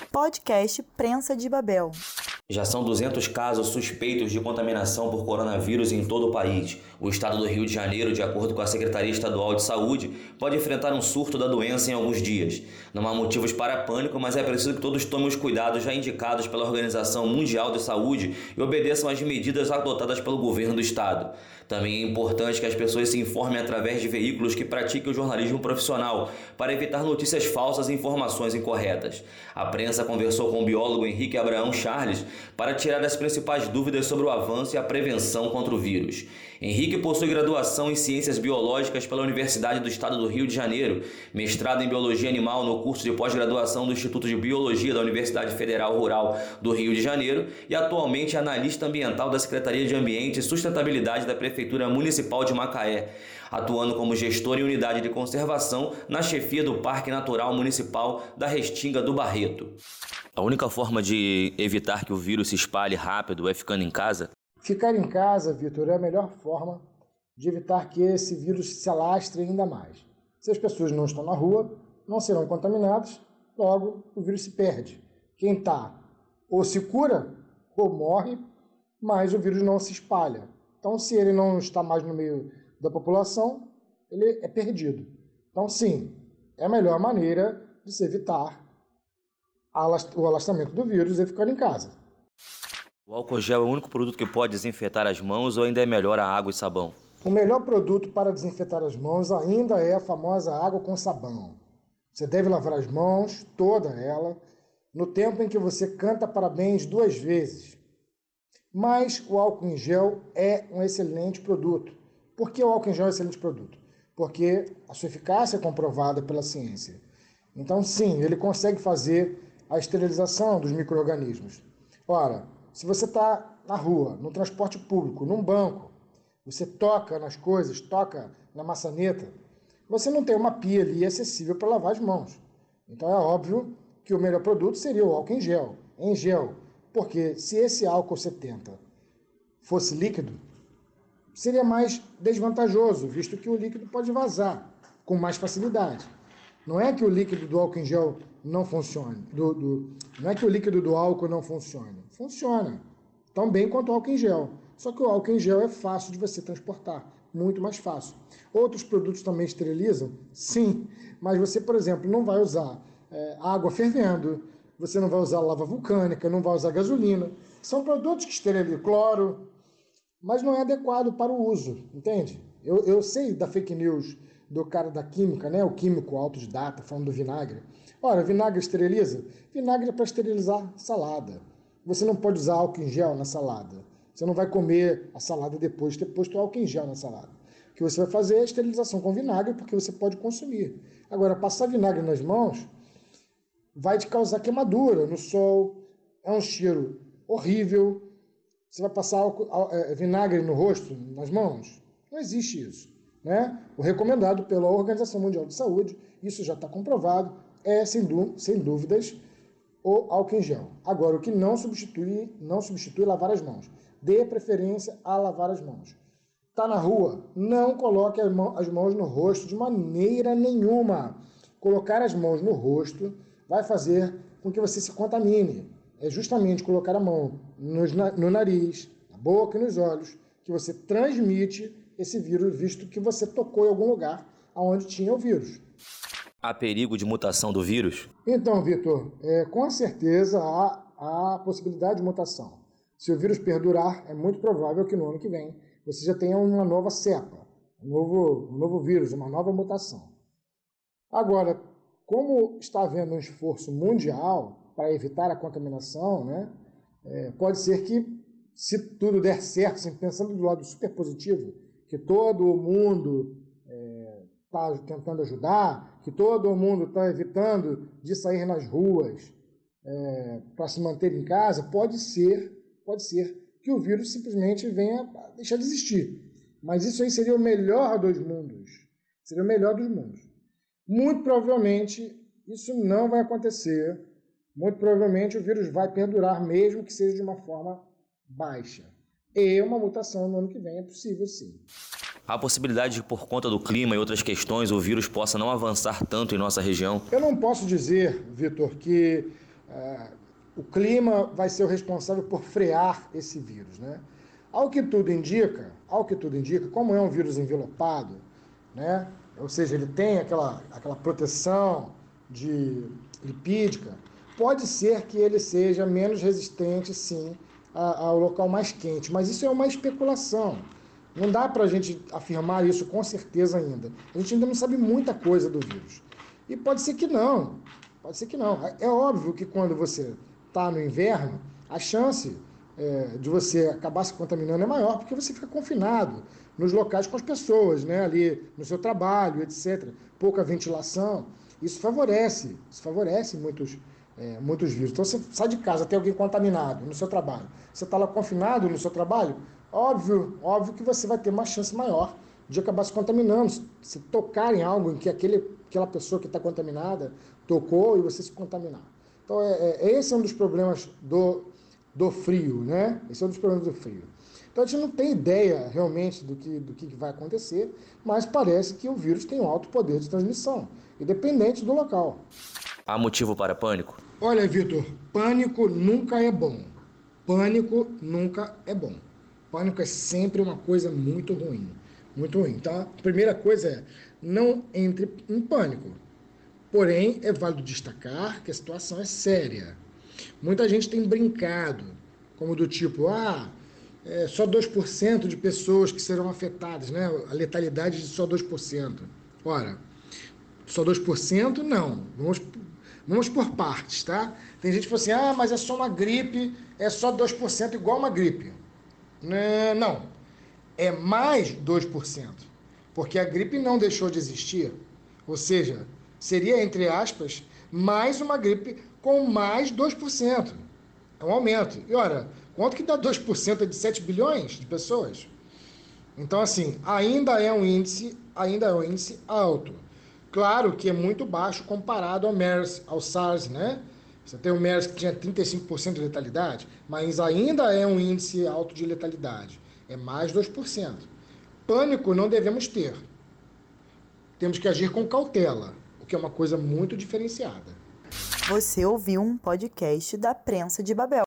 Podcast Prensa de Babel. Já são 200 casos suspeitos de contaminação por coronavírus em todo o país. O estado do Rio de Janeiro, de acordo com a Secretaria Estadual de Saúde, pode enfrentar um surto da doença em alguns dias. Não há motivos para pânico, mas é preciso que todos tomem os cuidados já indicados pela Organização Mundial de Saúde e obedeçam às medidas adotadas pelo governo do estado. Também é importante que as pessoas se informem através de veículos que pratiquem o jornalismo profissional, para evitar notícias falsas e informações incorretas. A prensa conversou com o biólogo Henrique Abraão Charles para tirar as principais dúvidas sobre o avanço e a prevenção contra o vírus. Henrique possui graduação em Ciências Biológicas pela Universidade do Estado do Rio de Janeiro, mestrado em Biologia Animal no curso de pós-graduação do Instituto de Biologia da Universidade Federal Rural do Rio de Janeiro e atualmente é analista ambiental da Secretaria de Ambiente e Sustentabilidade da Prefeitura Municipal de Macaé, atuando como gestor em unidade de conservação na chefia do Parque Natural Municipal da Restinga do Barreto. A única forma de evitar que o vírus se espalhe rápido é ficando em casa? Ficar em casa, Vitor, é a melhor forma de evitar que esse vírus se alastre ainda mais. Se as pessoas não estão na rua, não serão contaminadas, logo o vírus se perde. Quem está ou se cura ou morre, mas o vírus não se espalha. Então, se ele não está mais no meio da população, ele é perdido. Então, sim, é a melhor maneira de se evitar o alastramento do vírus é ficar em casa. O álcool gel é o único produto que pode desinfetar as mãos ou ainda é melhor a água e sabão? O melhor produto para desinfetar as mãos ainda é a famosa água com sabão. Você deve lavar as mãos, toda ela, no tempo em que você canta parabéns 2 vezes. Mas o álcool em gel é um excelente produto. Por que o álcool em gel é um excelente produto? Porque a sua eficácia é comprovada pela ciência. Então, sim, ele consegue fazer a esterilização dos micro-organismos. Ora, se você está na rua, no transporte público, num banco, você toca nas coisas, toca na maçaneta, você não tem uma pia ali acessível para lavar as mãos. Então é óbvio que o melhor produto seria o álcool em gel, porque se esse álcool 70 fosse líquido, seria mais desvantajoso, visto que o líquido pode vazar com mais facilidade. Não é que o líquido do álcool em gel não funcione, não é que o líquido do álcool não funcione. Funciona tão bem quanto o álcool em gel. Só que o álcool em gel é fácil de você transportar, muito mais fácil. Outros produtos também esterilizam? Sim, mas você, por exemplo, não vai usar água fervendo, você não vai usar lava vulcânica, não vai usar gasolina. São produtos que esterilizam cloro, mas não é adequado para o uso, entende? Eu sei da fake news do cara da química, né? O químico autodidata, falando do vinagre. Ora, vinagre esteriliza? Vinagre é para esterilizar salada. Você não pode usar álcool em gel na salada. Você não vai comer a salada depois de ter posto álcool em gel na salada. O que você vai fazer é a esterilização com vinagre, porque você pode consumir. Agora, passar vinagre nas mãos vai te causar queimadura no sol, é um cheiro horrível. Você vai passar vinagre no rosto, nas mãos? Não existe isso, né? O recomendado pela Organização Mundial de Saúde, isso já está comprovado, é sem dúvidas o álcool em gel. Agora, o que não substitui lavar as mãos. Dê preferência a lavar as mãos. Está na rua? Não coloque as mãos no rosto de maneira nenhuma. Colocar as mãos no rosto vai fazer com que você se contamine. É justamente colocar a mão no nariz, na boca e nos olhos que você transmite esse vírus, visto que você tocou em algum lugar onde tinha o vírus. Há perigo de mutação do vírus? Então, Vitor, com certeza há possibilidade de mutação. Se o vírus perdurar, é muito provável que no ano que vem você já tenha uma nova cepa, um novo vírus, uma nova mutação. Agora, como está havendo um esforço mundial para evitar a contaminação, né, pode ser que, se tudo der certo, assim, pensando do lado super positivo, que todo mundo está tentando ajudar, que todo mundo está evitando de sair nas ruas para se manter em casa, pode ser que o vírus simplesmente venha a deixar de existir. Mas isso aí seria o melhor dos mundos. Seria o melhor dos mundos. Muito provavelmente isso não vai acontecer. Muito provavelmente o vírus vai perdurar, mesmo que seja de uma forma baixa. E uma mutação no ano que vem é possível, sim. Há possibilidade de, por conta do clima e outras questões, o vírus possa não avançar tanto em nossa região? Eu não posso dizer, Vitor, que o clima vai ser o responsável por frear esse vírus, né? Ao que tudo indica, como é um vírus envelopado, né? Ou seja, ele tem aquela proteção lipídica, pode ser que ele seja menos resistente, sim, ao local mais quente, mas isso é uma especulação. Não dá para a gente afirmar isso com certeza ainda. A gente ainda não sabe muita coisa do vírus. E pode ser que não. É óbvio que quando você está no inverno, a chance de você acabar se contaminando é maior, porque você fica confinado nos locais com as pessoas, né? Ali no seu trabalho, etc. Pouca ventilação. Isso favorece muitos vírus. Então você sai de casa, tem alguém contaminado no seu trabalho. Você está lá confinado no seu trabalho, óbvio que você vai ter uma chance maior de acabar se contaminando. Se tocar em algo em que aquela pessoa que está contaminada tocou e você se contaminar. Então, esse é um dos problemas do frio, né? Esse é um dos problemas do frio. Então, a gente não tem ideia realmente do que vai acontecer, mas parece que o vírus tem um alto poder de transmissão, independente do local. Há motivo para pânico? Olha, Vitor, pânico nunca é bom. Pânico é sempre uma coisa muito ruim, tá? A primeira coisa é, não entre em pânico. Porém, é válido destacar que a situação é séria. Muita gente tem brincado, como do tipo, só 2% de pessoas que serão afetadas, né? A letalidade de só 2%. Ora, só 2% não. Vamos por partes, tá? Tem gente que fala assim, mas é só uma gripe, é só 2% igual uma gripe. Não, é mais 2%, porque a gripe não deixou de existir. Ou seja, seria, entre aspas, mais uma gripe com mais 2%. É um aumento. E olha, quanto que dá 2% de 7 bilhões de pessoas? Então, assim, ainda é um índice alto. Claro que é muito baixo comparado ao MERS, ao SARS, né? Você tem o MERS que tinha 35% de letalidade, mas ainda é um índice alto de letalidade. É mais 2%. Pânico não devemos ter. Temos que agir com cautela, o que é uma coisa muito diferenciada. Você ouviu um podcast da Prensa de Babel.